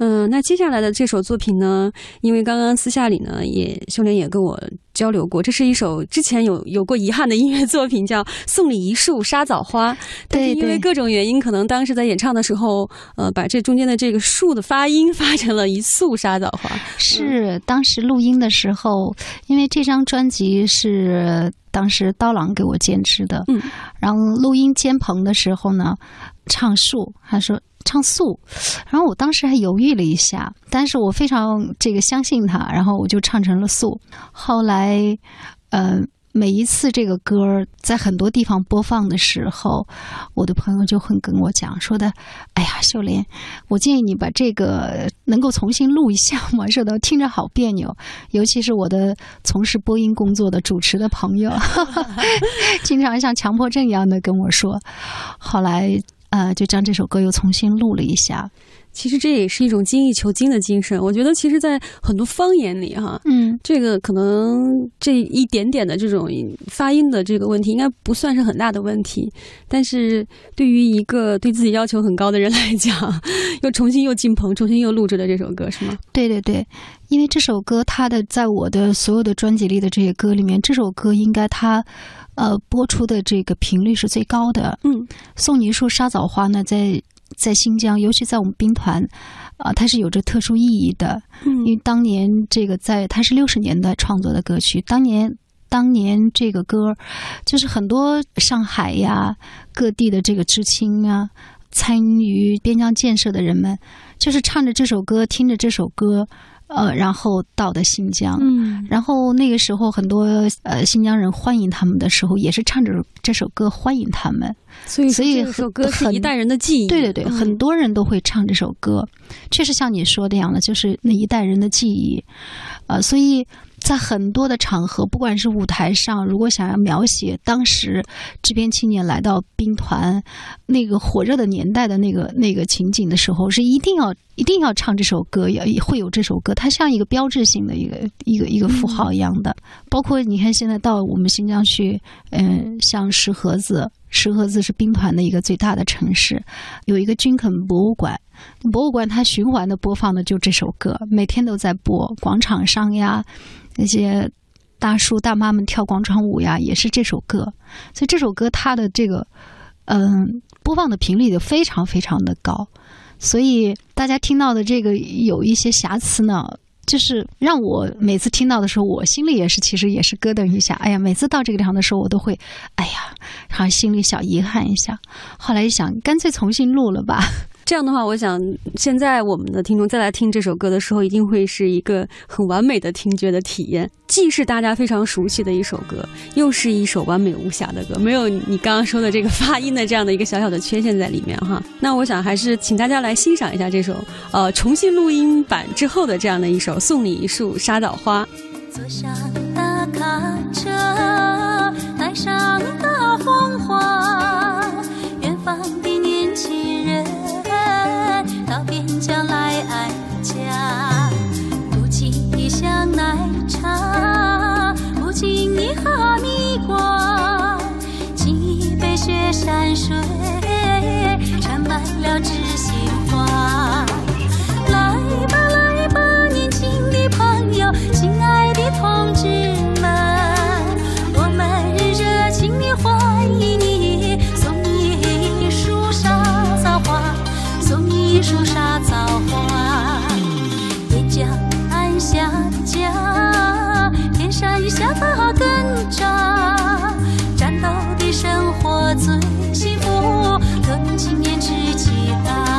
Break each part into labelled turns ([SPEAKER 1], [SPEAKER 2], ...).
[SPEAKER 1] 那接下来的这首作品呢，因为刚刚私下里呢，秀莲也跟我交流过，这是一首之前有过遗憾的音乐作品，叫《送你一束沙枣花》，但是因为各种原因，可能当时在演唱的时候，把这中间的这个树的发音发成了一束沙枣花。
[SPEAKER 2] 是当时录音的时候，因为这张专辑是当时刀郎给我监制的，然后录音监棚的时候呢，唱树，他说唱素，然后我当时还犹豫了一下，但是我非常相信他，然后我就唱成了素。后来每一次这个歌在很多地方播放的时候，我的朋友就会跟我讲说的，哎呀，秀莲，我建议你把这个能够重新录一下嘛，说的听着好别扭，尤其是我的从事播音工作的主持的朋友经常像强迫症一样的跟我说。后来就将这首歌又重新录了一下。
[SPEAKER 1] 其实这也是一种精益求精的精神。我觉得其实在很多方言里这个可能这一点点的这种发音的这个问题应该不算是很大的问题，但是对于一个对自己要求很高的人来讲，又重新又进棚重新又录制的这首歌是吗？
[SPEAKER 2] 对对对，因为这首歌它的在我的所有的专辑里的这些歌里面，这首歌应该它播出的这个频率是最高的。送你一束沙枣花呢，在新疆，尤其在我们兵团它是有着特殊意义的。因为当年它是60年代创作的歌曲，当年这个歌就是很多上海呀各地的这个知青啊，参与边疆建设的人们，就是唱着这首歌，听着这首歌然后到的新疆。然后那个时候很多新疆人欢迎他们的时候，也是唱着这首歌欢迎他们。所以
[SPEAKER 1] 这首歌是一代人的记忆。
[SPEAKER 2] 对对对，很多人都会唱这首歌，确实像你说的样的，就是那一代人的记忆。所以在很多的场合，不管是舞台上，如果想要描写当时制片青年来到兵团那个火热的年代的那个情景的时候，是一定要唱这首歌，也会有这首歌，它像一个标志性的一个符号一样的。包括你看现在到我们新疆去，像石河子是兵团的一个最大的城市，有一个军垦博物馆它循环的播放的就这首歌，每天都在播，广场上呀，那些大叔大妈们跳广场舞呀，也是这首歌。所以这首歌它的这个播放的频率就非常非常的高，所以大家听到的这个有一些瑕疵呢，就是让我每次听到的时候，我心里其实也是咯噔一下。哎呀，每次到这个地方的时候，我都会好像心里小遗憾一下。后来一想，干脆重新录了吧。
[SPEAKER 1] 这样的话，我想现在我们的听众再来听这首歌的时候，一定会是一个很完美的听觉的体验，既是大家非常熟悉的一首歌，又是一首完美无瑕的歌，没有你刚刚说的这个发音的这样的一个小小的缺陷在里面哈。那我想还是请大家来欣赏一下这首重新录音版之后的这样的一首《送你一束沙枣花》。
[SPEAKER 3] 坐上大卡车，带上大风花，远方的年轻人到边疆来安家，不经一箱奶茶，不经一哈密瓜，经一杯雪山水，盛满了知心话。来吧来吧，年轻的朋友，亲爱的同志们，我们热情地欢迎你，送你一束沙枣花，送你一束沙枣花。边疆安下家，天山下大根扎，战斗的生活最幸福，革命青年志气大。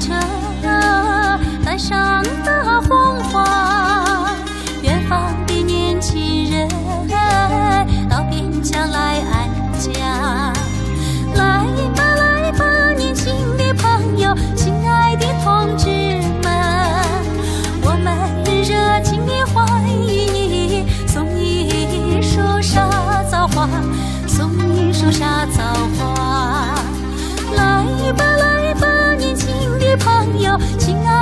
[SPEAKER 3] 车，带上大红花，远方的年轻人到边疆来安家。来吧来吧，年轻的朋友，亲爱的同志们，我们热情地欢迎你，送你一束沙枣花，送你一束沙枣花。来吧来吧，年轻的朋友，亲爱